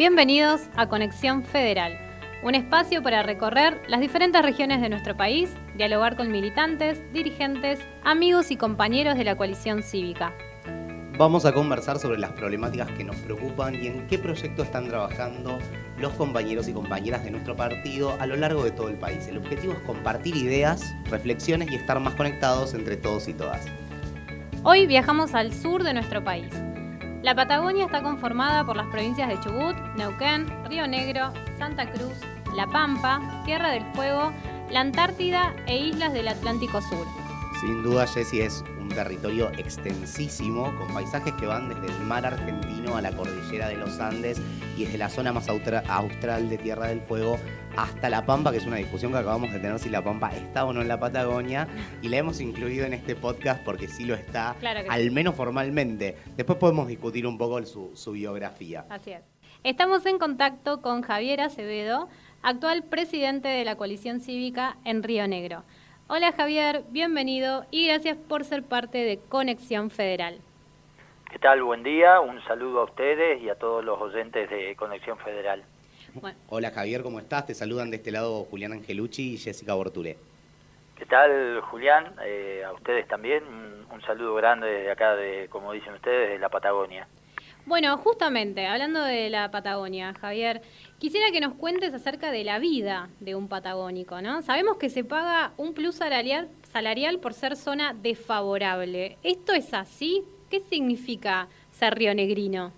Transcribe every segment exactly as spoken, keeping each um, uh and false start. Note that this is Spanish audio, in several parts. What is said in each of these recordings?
Bienvenidos a Conexión Federal, un espacio para recorrer las diferentes regiones de nuestro país, dialogar con militantes, dirigentes, amigos y compañeros de la coalición cívica. Vamos a conversar sobre las problemáticas que nos preocupan y en qué proyectos están trabajando los compañeros y compañeras de nuestro partido a lo largo de todo el país. El objetivo es compartir ideas, reflexiones y estar más conectados entre todos y todas. Hoy viajamos al sur de nuestro país. La Patagonia está conformada por las provincias de Chubut, Neuquén, Río Negro, Santa Cruz, La Pampa, Tierra del Fuego, la Antártida e islas del Atlántico Sur. Sin duda, Jessy, es un territorio extensísimo, con paisajes que van desde el mar argentino a la cordillera de los Andes y desde la zona más austra- austral de Tierra del Fuego hasta La Pampa, que es una discusión que acabamos de tener si La Pampa está o no en la Patagonia, y la hemos incluido en este podcast porque sí lo está, Claro que al sí. menos formalmente. Después podemos discutir un poco su, su biografía. Así es. Estamos en contacto con Javier Acevedo, actual presidente de la coalición cívica en Río Negro. Hola Javier, bienvenido y gracias por ser parte de Conexión Federal. ¿Qué tal? Buen día, un saludo a ustedes y a todos los oyentes de Conexión Federal. Bueno. Hola Javier, ¿cómo estás? Te saludan de este lado Julián Angelucci y Jessica Bortulé. ¿Qué tal, Julián? Eh, a ustedes también, un, un saludo grande desde acá, de, como dicen ustedes, de la Patagonia. Bueno, justamente, hablando de la Patagonia, Javier, quisiera que nos cuentes acerca de la vida de un patagónico, ¿no? Sabemos que se paga un plus salarial, salarial por ser zona desfavorable. ¿Esto es así? ¿Qué significa ser rionegrino?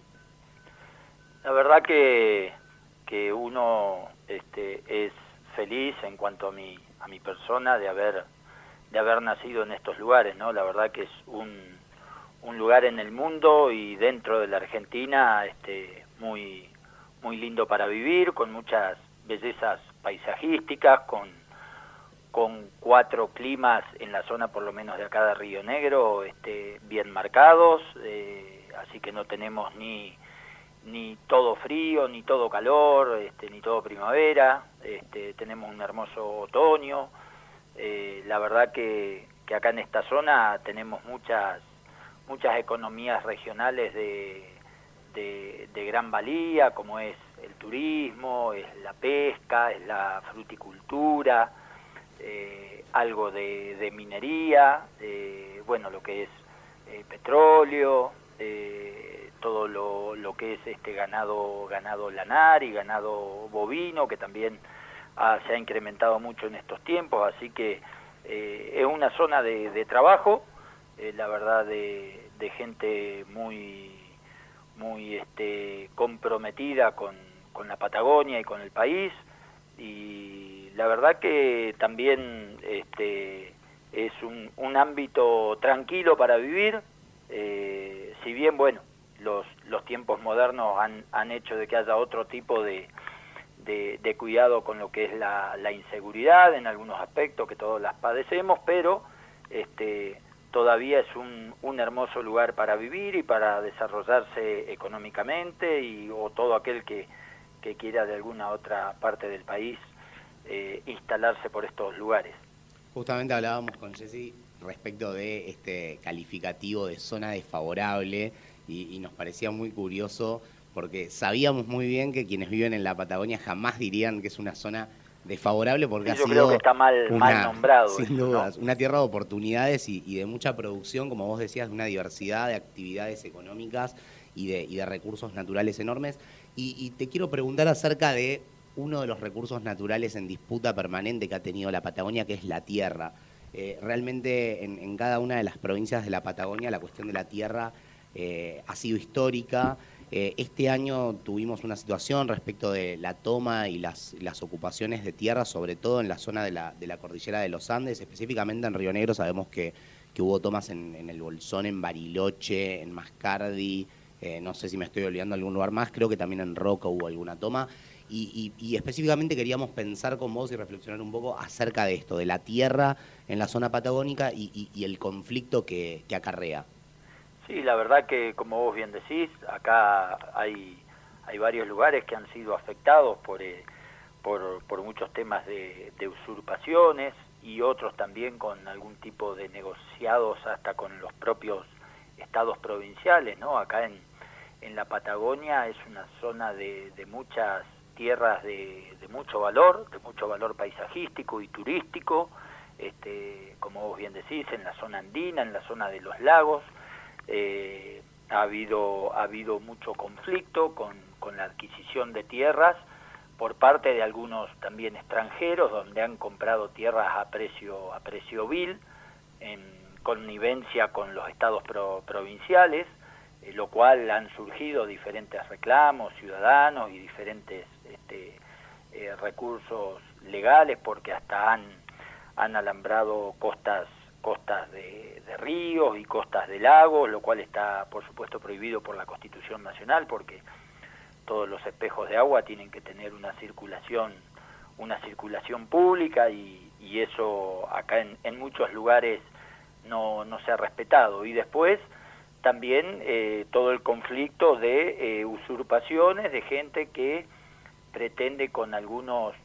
La verdad que, que uno este, es feliz en cuanto a mi, a mi persona de haber, de haber nacido en estos lugares, ¿no? La verdad que es un... un lugar en el mundo y dentro de la Argentina este, muy, muy lindo para vivir, con muchas bellezas paisajísticas, con, con cuatro climas en la zona por lo menos de acá de Río Negro este, bien marcados, eh, así que no tenemos ni, ni todo frío, ni todo calor, este, ni todo primavera, este, tenemos un hermoso otoño, eh, la verdad que, que acá en esta zona tenemos muchas muchas economías regionales de, de, de gran valía, como es el turismo, es la pesca, es la fruticultura, eh, algo de, de minería, eh, bueno, lo que es eh, petróleo, eh, todo lo, lo que es este ganado, ganado lanar y ganado bovino, que también ah, se ha incrementado mucho en estos tiempos, así que eh, es una zona de, de trabajo, Eh, la verdad de, de gente muy muy este comprometida con, con la Patagonia y con el país, y la verdad que también este es un, un ámbito tranquilo para vivir, eh, si bien bueno los los tiempos modernos han, han hecho de que haya otro tipo de, de, de cuidado con lo que es la, la inseguridad en algunos aspectos que todos las padecemos, pero este todavía es un, un hermoso lugar para vivir y para desarrollarse económicamente, y o todo aquel que, que quiera de alguna otra parte del país eh, instalarse por estos lugares. Justamente hablábamos con Jessy respecto de este calificativo de zona desfavorable y, y nos parecía muy curioso porque sabíamos muy bien que quienes viven en la Patagonia jamás dirían que es una zona desfavorable porque Sí, ha yo sido creo que está mal, una, mal nombrado. sin eso, dudas, ¿no? una tierra de oportunidades y, y de mucha producción, como vos decías, de una diversidad de actividades económicas y de, y de recursos naturales enormes. Y, y te quiero preguntar acerca de uno de los recursos naturales en disputa permanente que ha tenido la Patagonia, que es la tierra. Eh, realmente en, en cada una de las provincias de la Patagonia la cuestión de la tierra eh, ha sido histórica. Eh, este año tuvimos una situación respecto de la toma y las, las ocupaciones de tierra, sobre todo en la zona de la, de la cordillera de los Andes, específicamente en Río Negro. Sabemos que, que hubo tomas en, en el Bolsón, en Bariloche, en Mascardi, eh, no sé si me estoy olvidando algún lugar más, creo que también en Roca hubo alguna toma. Y, y, y específicamente queríamos pensar con vos y reflexionar un poco acerca de esto, de la tierra en la zona patagónica y, y, y el conflicto que, que acarrea. Sí, la verdad que, como vos bien decís, acá hay, hay varios lugares que han sido afectados por, eh, por, por muchos temas de, de usurpaciones y otros también con algún tipo de negociados hasta con los propios estados provinciales, ¿no? Acá en, en la Patagonia es una zona de, de muchas tierras de, de mucho valor, de mucho valor paisajístico y turístico, este, como vos bien decís, en la zona andina, en la zona de los lagos. Eh, ha habido ha habido mucho conflicto con, con la adquisición de tierras por parte de algunos también extranjeros, donde han comprado tierras a precio a precio vil, en connivencia con los estados pro, provinciales, eh, lo cual han surgido diferentes reclamos ciudadanos y diferentes este, eh, recursos legales, porque hasta han, han alambrado costas costas de, de ríos y costas de lagos, lo cual está por supuesto prohibido por la Constitución Nacional, porque todos los espejos de agua tienen que tener una circulación una circulación pública, y, y eso acá en, en muchos lugares no, no se ha respetado. Y después también eh, todo el conflicto de eh, usurpaciones de gente que pretende con algunos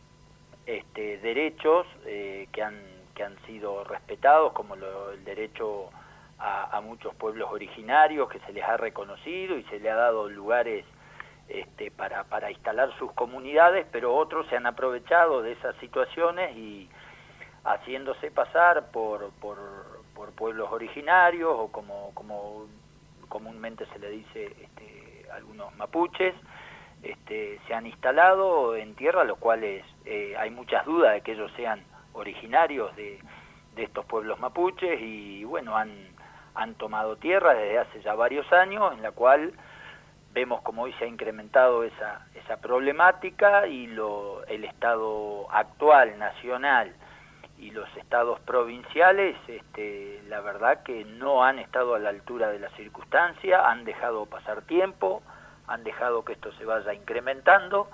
este, derechos eh, que han que han sido respetados, como lo, el derecho a, a muchos pueblos originarios, que se les ha reconocido y se les ha dado lugares este, para, para instalar sus comunidades, pero otros se han aprovechado de esas situaciones y haciéndose pasar por, por, por pueblos originarios, o como, como comúnmente se le dice este, algunos mapuches, este, se han instalado en tierra, los cuales eh, hay muchas dudas de que ellos sean originarios de, de estos pueblos mapuches, y bueno, han, han tomado tierra desde hace ya varios años, en la cual vemos como hoy se ha incrementado esa, esa problemática, y lo, el Estado actual, nacional, y los estados provinciales, este, la verdad que no han estado a la altura de la circunstancia, han dejado pasar tiempo, han dejado que esto se vaya incrementando.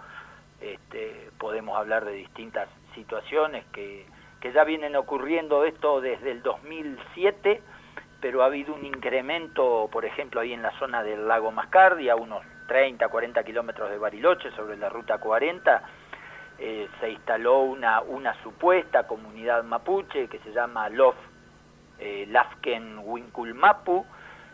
Este, podemos hablar de distintas situaciones que, que ya vienen ocurriendo esto desde el dos mil siete, pero ha habido un incremento, por ejemplo, ahí en la zona del lago Mascardi, a unos treinta, cuarenta kilómetros de Bariloche, sobre la ruta cuarenta, eh, se instaló una, una supuesta comunidad mapuche que se llama Lof eh, Lafken Winkulmapu,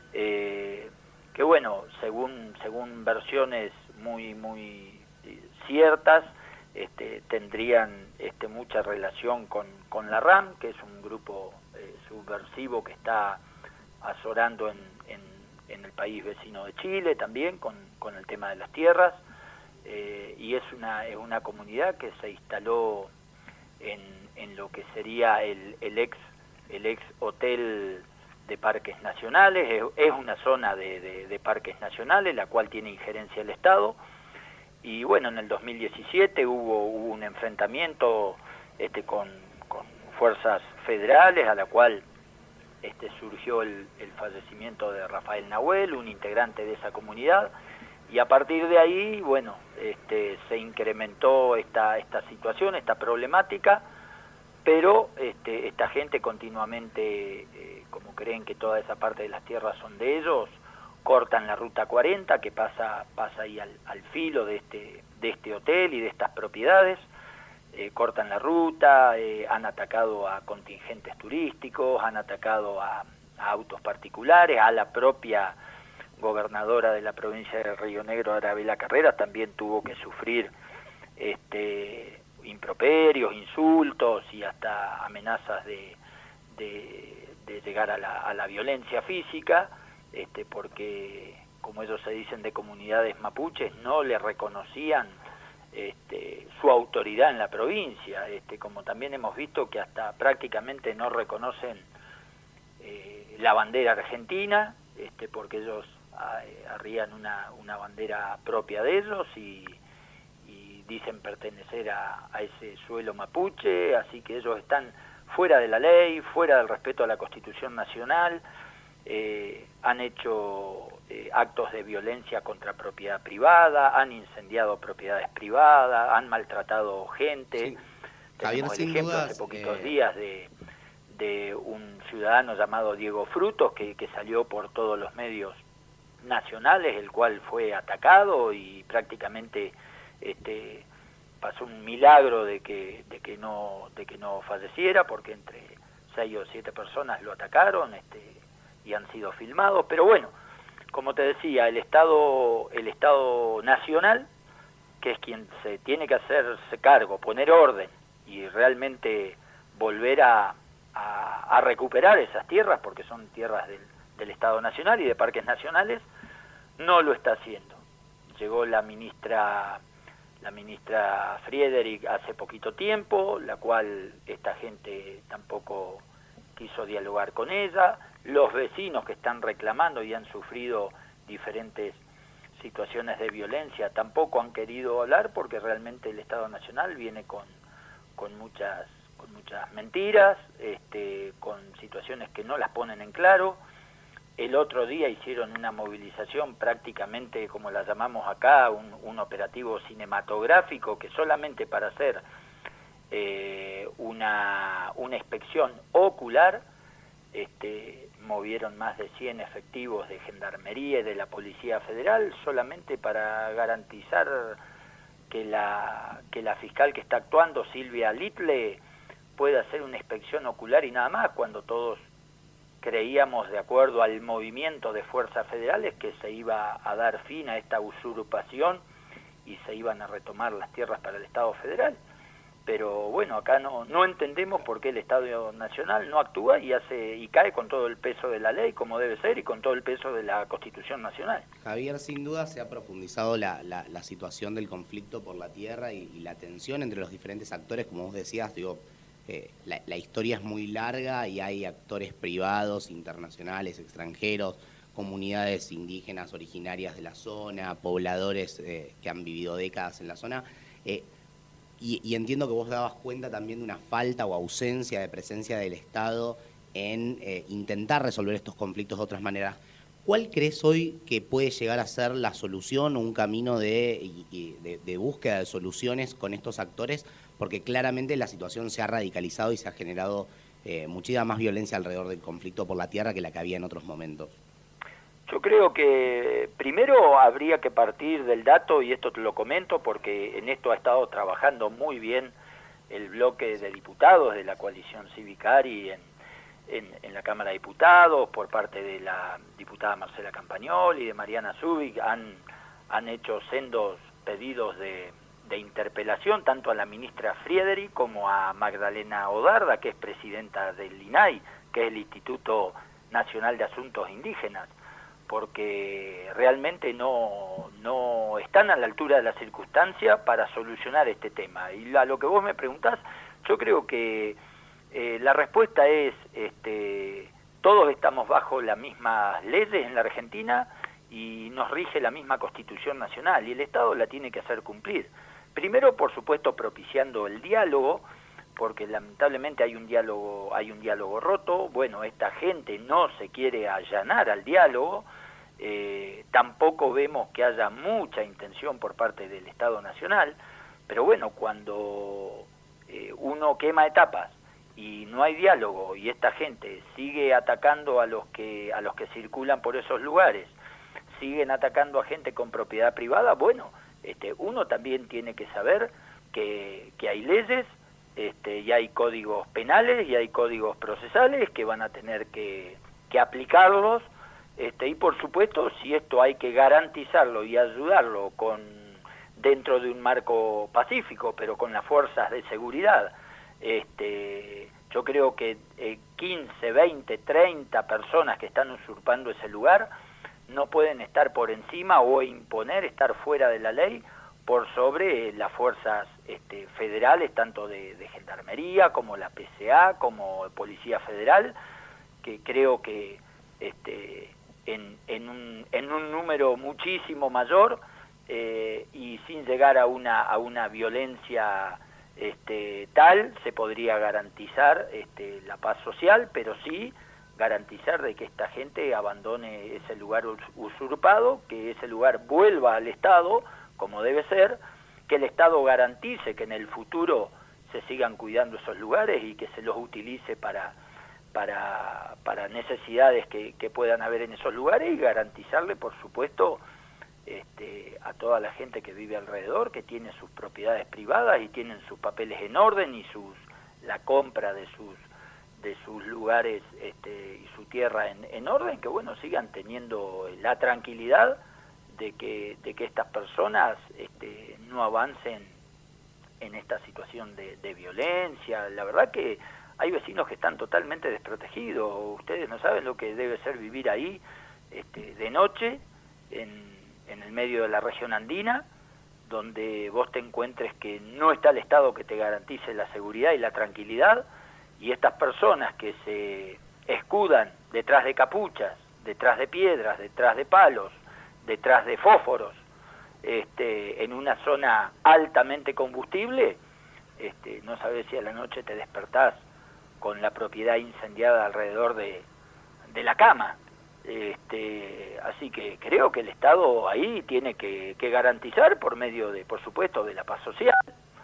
eh, que bueno, según, según versiones muy, muy ciertas, este, tendrían este, mucha relación con, con la RAM, que es un grupo eh, subversivo que está azorando en, en, en el país vecino de Chile también, con, con el tema de las tierras, eh, y es una, es una comunidad que se instaló en, en lo que sería el, el ex el ex hotel de parques nacionales. Es, es una zona de, de, de parques nacionales, la cual tiene injerencia el Estado. Y bueno, en el dos mil diecisiete hubo, hubo un enfrentamiento este, con, con fuerzas federales, a la cual este, surgió el, el fallecimiento de Rafael Nahuel, un integrante de esa comunidad, y a partir de ahí, bueno, este, se incrementó esta, esta situación, esta problemática, pero este, esta gente continuamente, eh, como creen que toda esa parte de las tierras son de ellos, cortan la ruta cuarenta, que pasa pasa ahí al, al filo de este de este hotel y de estas propiedades, eh, cortan la ruta, eh, han atacado a contingentes turísticos, han atacado a, a autos particulares, a la propia gobernadora de la provincia de Río Negro, Arabela Carreras, también tuvo que sufrir este improperios, insultos y hasta amenazas de, de, de llegar a la, a la violencia física. Este, porque, como ellos se dicen de comunidades mapuches, no le reconocían este, su autoridad en la provincia, este, como también hemos visto que hasta prácticamente no reconocen eh, la bandera argentina, este, porque ellos a, arrían una, una bandera propia de ellos y, y dicen pertenecer a, a ese suelo mapuche, así que ellos están fuera de la ley, fuera del respeto a la Constitución Nacional. Eh, han hecho eh, actos de violencia contra propiedad privada, han incendiado propiedades privadas, han maltratado gente. Sí. Javier, Tenemos el sin ejemplo dudas, hace poquitos eh... días de, de un ciudadano llamado Diego Frutos que, que salió por todos los medios nacionales, el cual fue atacado y prácticamente este, pasó un milagro de que, de que no, de que no falleciera, porque entre seis o siete personas lo atacaron, este, y han sido filmados. Pero bueno, como te decía, el Estado, el Estado nacional, que es quien se tiene que hacerse cargo, poner orden y realmente volver a, a, a recuperar esas tierras, porque son tierras del, del Estado nacional y de parques nacionales, no lo está haciendo. Llegó la ministra, la ministra Friedrich hace poquito tiempo, la cual esta gente tampoco quiso dialogar con ella. Los vecinos que están reclamando y han sufrido diferentes situaciones de violencia tampoco han querido hablar, porque realmente el Estado Nacional viene con, con muchas con muchas mentiras, este, con situaciones que no las ponen en claro. El otro día hicieron una movilización prácticamente, como la llamamos acá, un, un operativo cinematográfico, que solamente para hacer eh, una, una inspección ocular, este, movieron más de cien efectivos de Gendarmería y de la Policía Federal, solamente para garantizar que la, que la fiscal que está actuando, Silvia Little, pueda hacer una inspección ocular y nada más, cuando todos creíamos, de acuerdo al movimiento de fuerzas federales, que se iba a dar fin a esta usurpación y se iban a retomar las tierras para el Estado federal. Pero bueno, acá no no entendemos por qué el Estado Nacional no actúa y hace y cae con todo el peso de la ley, como debe ser, y con todo el peso de la Constitución Nacional. Javier, sin duda se ha profundizado la, la, la situación del conflicto por la tierra y, y la tensión entre los diferentes actores, como vos decías, digo, eh, la, la historia es muy larga y hay actores privados, internacionales, extranjeros, comunidades indígenas originarias de la zona, pobladores eh, que han vivido décadas en la zona. Eh, Y, y entiendo que vos dabas cuenta también de una falta o ausencia de presencia del Estado en eh, intentar resolver estos conflictos de otras maneras. ¿Cuál crees hoy que puede llegar a ser la solución o un camino de, de, de búsqueda de soluciones con estos actores? Porque claramente la situación se ha radicalizado y se ha generado eh, muchísima más violencia alrededor del conflicto por la tierra que la que había en otros momentos. Yo creo que primero habría que partir del dato, y esto te lo comento porque en esto ha estado trabajando muy bien el bloque de diputados de la coalición Civicari en, en, en la Cámara de Diputados, por parte de la diputada Marcela Campagnol y de Mariana Zubik, han, han hecho sendos pedidos de, de interpelación tanto a la ministra Friedrich como a Magdalena Odarda, que es presidenta del INAI, que es el Instituto Nacional de Asuntos Indígenas, porque realmente no, no están a la altura de la circunstancia para solucionar este tema. Y a lo que vos me preguntás, yo creo que eh, la respuesta es, este, todos estamos bajo las mismas leyes en la Argentina y nos rige la misma Constitución Nacional, y el Estado la tiene que hacer cumplir. Primero, por supuesto, propiciando el diálogo, porque lamentablemente hay un diálogo, hay un diálogo roto. Bueno, esta gente no se quiere allanar al diálogo. Eh, tampoco vemos que haya mucha intención por parte del Estado Nacional, pero bueno, cuando eh, uno quema etapas y no hay diálogo y esta gente sigue atacando a los que a los que circulan por esos lugares, siguen atacando a gente con propiedad privada, bueno, este, uno también tiene que saber que, que hay leyes, este, y hay códigos penales y hay códigos procesales que van a tener que, que aplicarlos. Este, y por supuesto, si esto hay que garantizarlo y ayudarlo con dentro de un marco pacífico, pero con las fuerzas de seguridad, este, yo creo que eh, quince, veinte, treinta personas que están usurpando ese lugar no pueden estar por encima o imponer estar fuera de la ley por sobre las fuerzas este, federales, tanto de, de Gendarmería como la P C A, como Policía Federal, que creo que este, en, en, un, en un número muchísimo mayor eh, y sin llegar a una, a una violencia este, tal, se podría garantizar este, la paz social, pero sí garantizar de que esta gente abandone ese lugar usurpado, que ese lugar vuelva al Estado, como debe ser, que el Estado garantice que en el futuro se sigan cuidando esos lugares y que se los utilice para, para, para necesidades que, que puedan haber en esos lugares, y garantizarle, por supuesto, este, a toda la gente que vive alrededor, que tiene sus propiedades privadas y tienen sus papeles en orden y sus la compra de sus de sus lugares este, y su tierra en, en orden, que bueno, sigan teniendo la tranquilidad de que, de que estas personas este, no avancen en esta situación de, de violencia. La verdad que hay vecinos que están totalmente desprotegidos. Ustedes no saben lo que debe ser vivir ahí este, de noche en, en el medio de la región andina, donde vos te encuentres que no está el Estado que te garantice la seguridad y la tranquilidad, y estas personas que se escudan detrás de capuchas, detrás de piedras, detrás de palos, detrás de fósforos, este, en una zona altamente combustible, este, no sabes si a la noche te despertás con la propiedad incendiada alrededor de, de la cama. Este, así que creo que el Estado ahí tiene que, que garantizar por medio de, por supuesto, de la paz social,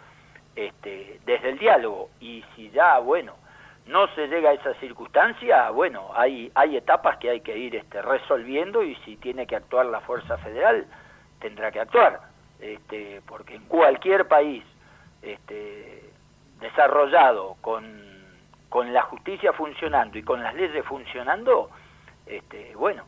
este, desde el diálogo, y si ya, bueno, no se llega a esa circunstancia, bueno, hay hay etapas que hay que ir este, resolviendo, y si tiene que actuar la Fuerza Federal, tendrá que actuar, este, porque en cualquier país este, desarrollado con, con la justicia funcionando y con las leyes funcionando, este, bueno,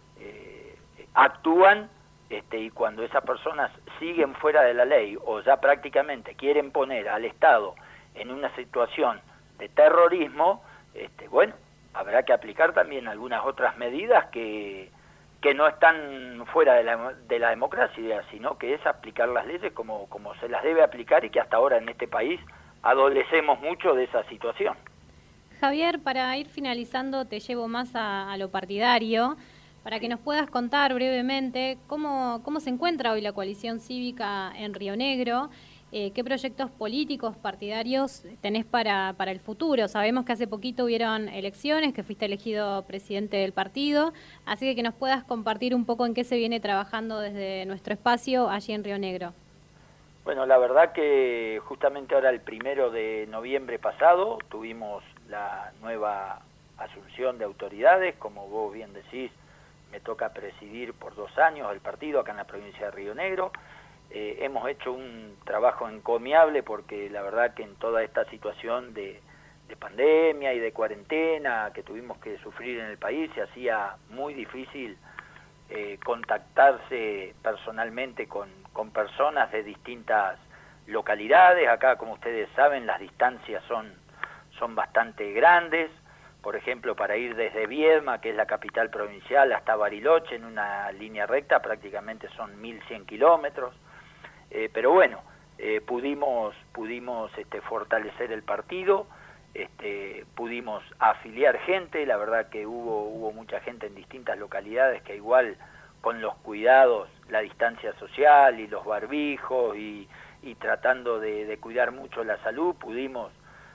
eh, actúan, este, y cuando esas personas siguen fuera de la ley o ya prácticamente quieren poner al Estado en una situación de terrorismo, este, bueno, habrá que aplicar también algunas otras medidas que, que no están fuera de la, de la democracia, sino que es aplicar las leyes como, como se las debe aplicar, y que hasta ahora en este país adolecemos mucho de esa situación. Javier, para ir finalizando, te llevo más a, a lo partidario, para que nos puedas contar brevemente cómo, cómo se encuentra hoy la coalición cívica en Río Negro. Eh, ¿Qué proyectos políticos, partidarios tenés para, para el futuro? Sabemos que hace poquito hubieron elecciones, que fuiste elegido presidente del partido, así que que nos puedas compartir un poco en qué se viene trabajando desde nuestro espacio allí en Río Negro. Bueno, la verdad que justamente ahora el primero de noviembre pasado tuvimos la nueva asunción de autoridades. Como vos bien decís, me toca presidir por dos años el partido acá en la provincia de Río Negro. Eh, hemos hecho un trabajo encomiable, porque la verdad que en toda esta situación de, de pandemia y de cuarentena que tuvimos que sufrir en el país, se hacía muy difícil eh, contactarse personalmente con, con personas de distintas localidades. Acá, como ustedes saben, las distancias son, son bastante grandes. Por ejemplo, para ir desde Viedma, que es la capital provincial, hasta Bariloche en una línea recta prácticamente son mil cien kilómetros. Eh, pero bueno, eh, pudimos pudimos este, fortalecer el partido, este, pudimos afiliar gente. La verdad que hubo hubo mucha gente en distintas localidades que igual, con los cuidados, la distancia social y los barbijos y, y tratando de, de cuidar mucho la salud, pudimos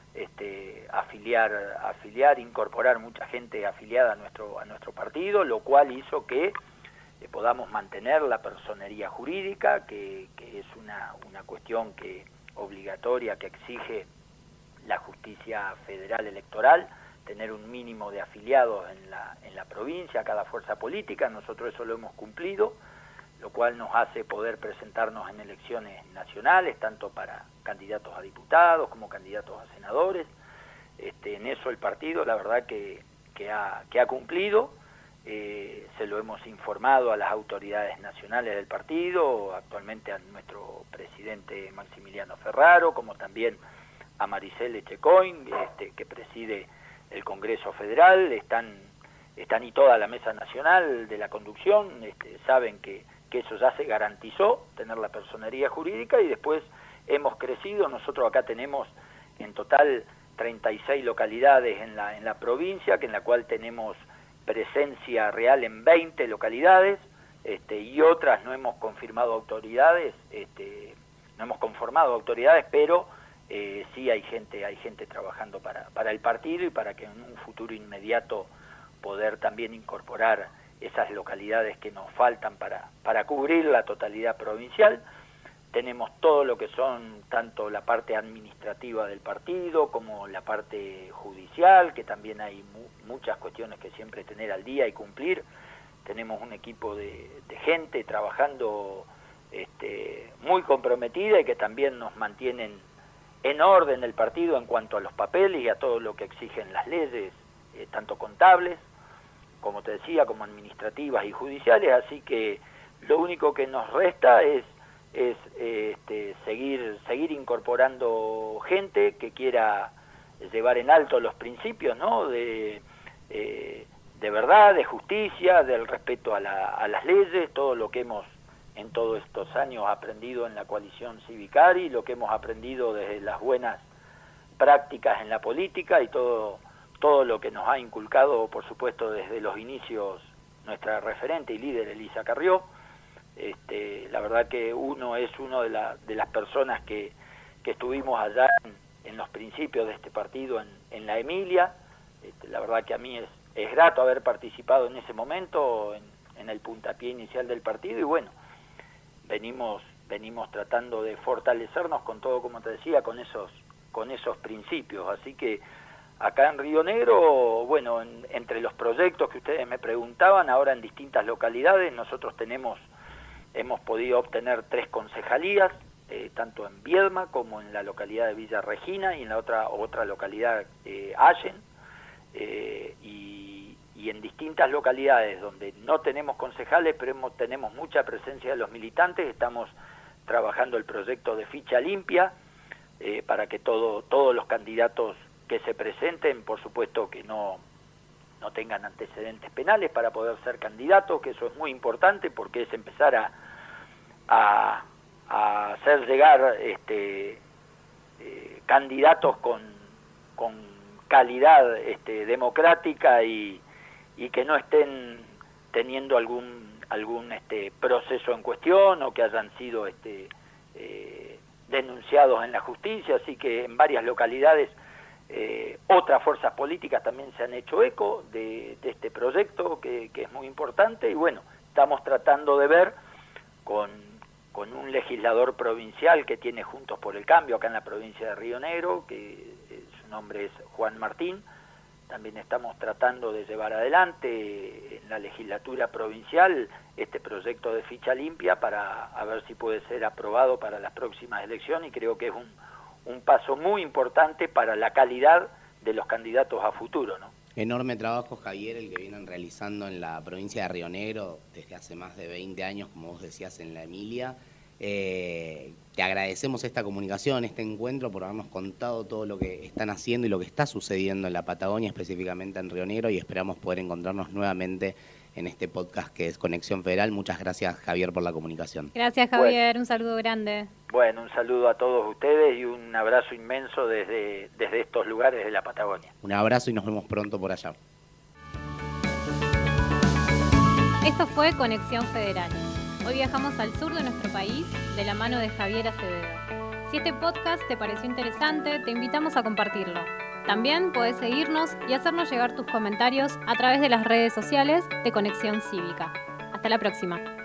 este, afiliar, afiliar, incorporar mucha gente afiliada a nuestro, a nuestro partido, lo cual hizo que eh, podamos mantener la personería jurídica, que, que es una, una cuestión que obligatoria que exige la justicia federal electoral, tener un mínimo de afiliados en la, en la provincia, cada fuerza política. Nosotros eso lo hemos cumplido, lo cual nos hace poder presentarnos en elecciones nacionales, tanto para candidatos a diputados como candidatos a senadores. Este, en eso el partido, la verdad que, que, ha, que ha cumplido. Eh, se lo hemos informado a las autoridades nacionales del partido, actualmente a nuestro presidente Maximiliano Ferraro, como también a Maricel Echecoin, este, que preside el Congreso Federal. Están, están y toda la mesa nacional de la conducción, este, saben que, que eso ya se garantizó, tener la personería jurídica, y después hemos crecido. Nosotros acá tenemos en total treinta y seis localidades en la, en la provincia, que en la cual tenemos presencia real en veinte localidades, este, y otras no hemos confirmado autoridades, este, no hemos conformado autoridades, pero eh, sí hay gente, hay gente trabajando para, para el partido, y para que en un futuro inmediato poder también incorporar esas localidades que nos faltan para, para cubrir la totalidad provincial. Tenemos todo lo que son tanto la parte administrativa del partido como la parte judicial, que también hay mu muchas cuestiones que siempre tener al día y cumplir. Tenemos un equipo de, de gente trabajando este, muy comprometida, y que también nos mantienen en orden el partido en cuanto a los papeles y a todo lo que exigen las leyes, eh, tanto contables, como te decía, como administrativas y judiciales, así que lo único que nos resta es, es eh, este, seguir, seguir incorporando gente que quiera llevar en alto los principios, ¿no?, de, eh, de verdad, de justicia, del respeto a, la, a las leyes, todo lo que hemos en todos estos años aprendido en la coalición Civicari, lo que hemos aprendido desde las buenas prácticas en la política y todo, todo lo que nos ha inculcado, por supuesto, desde los inicios nuestra referente y líder Elisa Carrió. Este, la verdad que uno es uno de, la, de las personas que, que estuvimos allá en, en los principios de este partido en, en la Emilia. Este, la verdad que a mí es, es grato haber participado en ese momento, en, en el puntapié inicial del partido, y bueno, venimos venimos tratando de fortalecernos con todo, como te decía, con esos con esos principios. Así que acá en Río Negro, bueno, en, entre los proyectos que ustedes me preguntaban, ahora en distintas localidades, nosotros tenemos hemos podido obtener tres concejalías, eh, tanto en Viedma como en la localidad de Villa Regina y en la otra otra localidad, eh, Allen, eh, y y en distintas localidades donde no tenemos concejales, pero hemos, tenemos mucha presencia de los militantes, estamos trabajando el proyecto de ficha limpia, eh, para que todo, todos los candidatos que se presenten, por supuesto que no, no tengan antecedentes penales para poder ser candidatos, que eso es muy importante porque es empezar a, a, a hacer llegar este, eh, candidatos con, con calidad este, democrática y y que no estén teniendo algún algún este proceso en cuestión o que hayan sido este eh, denunciados en la justicia. Así que en varias localidades eh, otras fuerzas políticas también se han hecho eco de, de este proyecto que, que es muy importante, y bueno, estamos tratando de ver con, con un legislador provincial que tiene Juntos por el Cambio acá en la provincia de Río Negro, que eh, su nombre es Juan Martín. También estamos tratando de llevar adelante en la legislatura provincial este proyecto de ficha limpia para a ver si puede ser aprobado para las próximas elecciones, y creo que es un, un paso muy importante para la calidad de los candidatos a futuro, ¿no? Enorme trabajo, Javier, el que vienen realizando en la provincia de Río Negro desde hace más de veinte años, como vos decías, en la Emilia. Eh, te agradecemos esta comunicación, este encuentro, por habernos contado todo lo que están haciendo y lo que está sucediendo en la Patagonia, específicamente en Río Negro, y esperamos poder encontrarnos nuevamente en este podcast que es Conexión Federal. Muchas gracias, Javier, por la comunicación. Gracias, Javier, bueno, un saludo grande. Bueno, un saludo a todos ustedes y un abrazo inmenso desde, desde estos lugares de la Patagonia. Un abrazo y nos vemos pronto por allá. Esto fue Conexión Federal. Hoy viajamos al sur de nuestro país de la mano de Javier Acevedo. Si este podcast te pareció interesante, te invitamos a compartirlo. También podés seguirnos y hacernos llegar tus comentarios a través de las redes sociales de Conexión Cívica. Hasta la próxima.